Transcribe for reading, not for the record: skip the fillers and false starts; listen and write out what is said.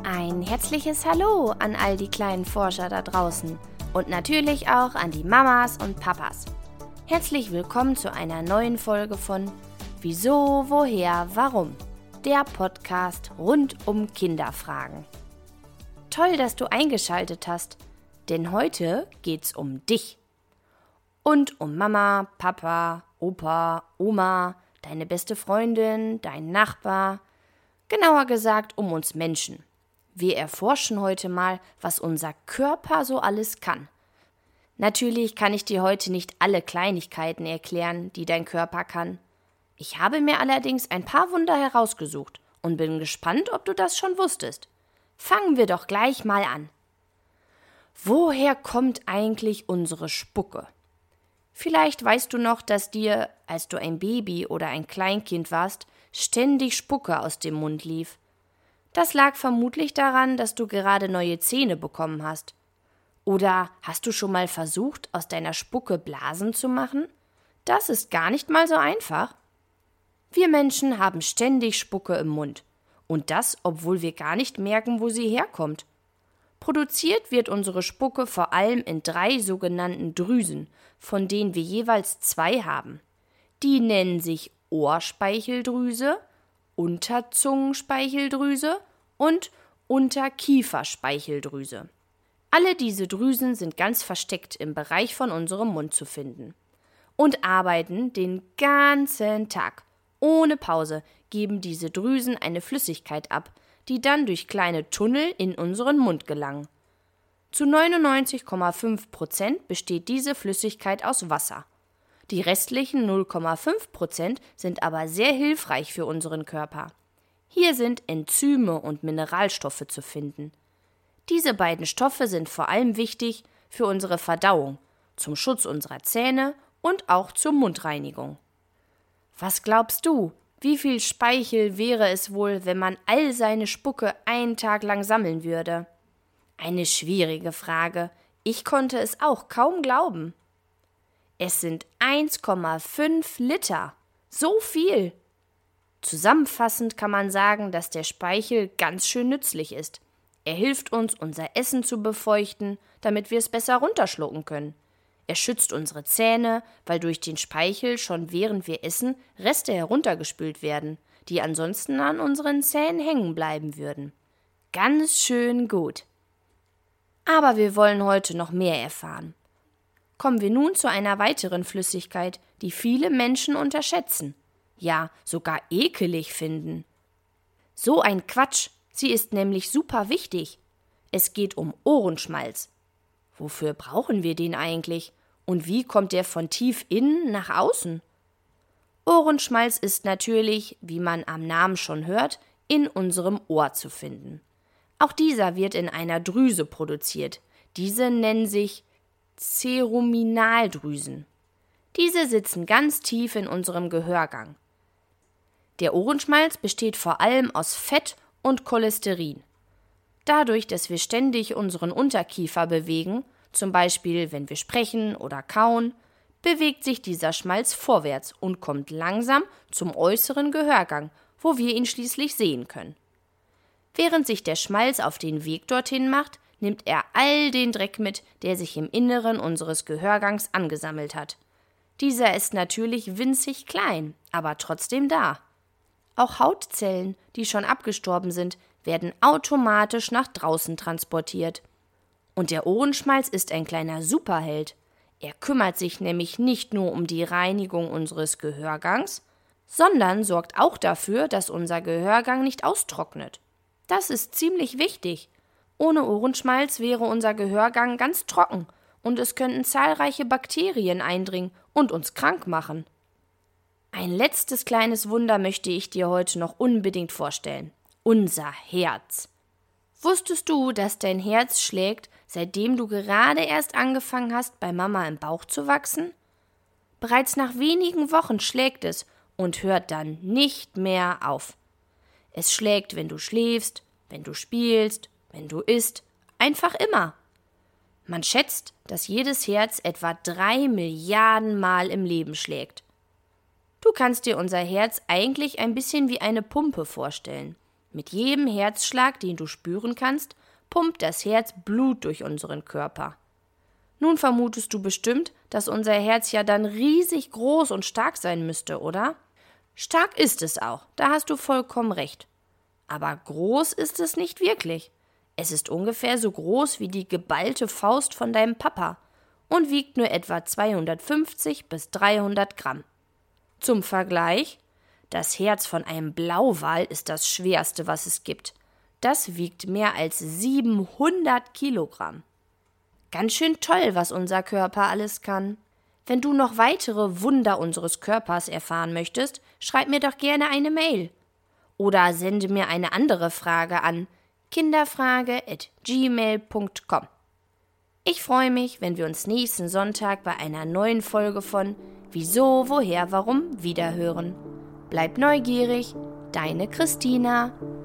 Ein herzliches Hallo an all die kleinen Forscher da draußen und natürlich auch an die Mamas und Papas. Herzlich willkommen zu einer neuen Folge von Wieso, Woher, Warum? Der Podcast rund um Kinderfragen. Toll, dass du eingeschaltet hast, denn heute geht's um dich. Und um Mama, Papa, Opa, Oma, deine beste Freundin, deinen Nachbar, genauer gesagt um uns Menschen. Wir erforschen heute mal, was unser Körper so alles kann. Natürlich kann ich dir heute nicht alle Kleinigkeiten erklären, die dein Körper kann. Ich habe mir allerdings ein paar Wunder herausgesucht und bin gespannt, ob du das schon wusstest. Fangen wir doch gleich mal an. Woher kommt eigentlich unsere Spucke? Vielleicht weißt du noch, dass dir, als du ein Baby oder ein Kleinkind warst, ständig Spucke aus dem Mund lief. Das lag vermutlich daran, dass du gerade neue Zähne bekommen hast. Oder hast du schon mal versucht, aus deiner Spucke Blasen zu machen? Das ist gar nicht mal so einfach. Wir Menschen haben ständig Spucke im Mund. Und das, obwohl wir gar nicht merken, wo sie herkommt. Produziert wird unsere Spucke vor allem in 3 sogenannten Drüsen, von denen wir jeweils 2 haben. Die nennen sich Ohrspeicheldrüse, Unterzungenspeicheldrüse und Unterkieferspeicheldrüse. Alle diese Drüsen sind ganz versteckt im Bereich von unserem Mund zu finden und arbeiten den ganzen Tag. Ohne Pause geben diese Drüsen eine Flüssigkeit ab, die dann durch kleine Tunnel in unseren Mund gelangen. Zu 99,5% besteht diese Flüssigkeit aus Wasser. Die restlichen 0,5% sind aber sehr hilfreich für unseren Körper. Hier sind Enzyme und Mineralstoffe zu finden. Diese beiden Stoffe sind vor allem wichtig für unsere Verdauung, zum Schutz unserer Zähne und auch zur Mundreinigung. Was glaubst du, wie viel Speichel wäre es wohl, wenn man all seine Spucke einen Tag lang sammeln würde? Eine schwierige Frage. Ich konnte es auch kaum glauben. Es sind 1,5 Liter. So viel! Zusammenfassend kann man sagen, dass der Speichel ganz schön nützlich ist. Er hilft uns, unser Essen zu befeuchten, damit wir es besser runterschlucken können. Er schützt unsere Zähne, weil durch den Speichel schon während wir essen Reste heruntergespült werden, die ansonsten an unseren Zähnen hängen bleiben würden. Ganz schön gut. Aber wir wollen heute noch mehr erfahren. Kommen wir nun zu einer weiteren Flüssigkeit, die viele Menschen unterschätzen, ja sogar ekelig finden. So ein Quatsch, sie ist nämlich super wichtig. Es geht um Ohrenschmalz. Wofür brauchen wir den eigentlich? Und wie kommt der von tief innen nach außen? Ohrenschmalz ist natürlich, wie man am Namen schon hört, in unserem Ohr zu finden. Auch dieser wird in einer Drüse produziert. Diese nennen sich Ceruminaldrüsen. Diese sitzen ganz tief in unserem Gehörgang. Der Ohrenschmalz besteht vor allem aus Fett und Cholesterin. Dadurch, dass wir ständig unseren Unterkiefer bewegen, zum Beispiel wenn wir sprechen oder kauen, bewegt sich dieser Schmalz vorwärts und kommt langsam zum äußeren Gehörgang, wo wir ihn schließlich sehen können. Während sich der Schmalz auf den Weg dorthin macht, nimmt er all den Dreck mit, der sich im Inneren unseres Gehörgangs angesammelt hat. Dieser ist natürlich winzig klein, aber trotzdem da. Auch Hautzellen, die schon abgestorben sind, werden automatisch nach draußen transportiert. Und der Ohrenschmalz ist ein kleiner Superheld. Er kümmert sich nämlich nicht nur um die Reinigung unseres Gehörgangs, sondern sorgt auch dafür, dass unser Gehörgang nicht austrocknet. Das ist ziemlich wichtig. Ohne Ohrenschmalz wäre unser Gehörgang ganz trocken und es könnten zahlreiche Bakterien eindringen und uns krank machen. Ein letztes kleines Wunder möchte ich dir heute noch unbedingt vorstellen. Unser Herz. Wusstest du, dass dein Herz schlägt, seitdem du gerade erst angefangen hast, bei Mama im Bauch zu wachsen? Bereits nach wenigen Wochen schlägt es und hört dann nicht mehr auf. Es schlägt, wenn du schläfst, wenn du spielst, wenn du isst, einfach immer. Man schätzt, dass jedes Herz etwa 3 Milliarden Mal im Leben schlägt. Du kannst dir unser Herz eigentlich ein bisschen wie eine Pumpe vorstellen. Mit jedem Herzschlag, den du spüren kannst, pumpt das Herz Blut durch unseren Körper. Nun vermutest du bestimmt, dass unser Herz ja dann riesig groß und stark sein müsste, oder? Stark ist es auch, da hast du vollkommen recht. Aber groß ist es nicht wirklich. Es ist ungefähr so groß wie die geballte Faust von deinem Papa und wiegt nur etwa 250 bis 300 Gramm. Zum Vergleich, das Herz von einem Blauwal ist das schwerste, was es gibt. Das wiegt mehr als 700 Kilogramm. Ganz schön toll, was unser Körper alles kann. Wenn du noch weitere Wunder unseres Körpers erfahren möchtest, schreib mir doch gerne eine Mail. Oder sende mir eine andere Frage an kinderfrage@gmail.com. Ich freue mich, wenn wir uns nächsten Sonntag bei einer neuen Folge von Wieso, Woher, Warum wiederhören. Bleib neugierig, deine Christina.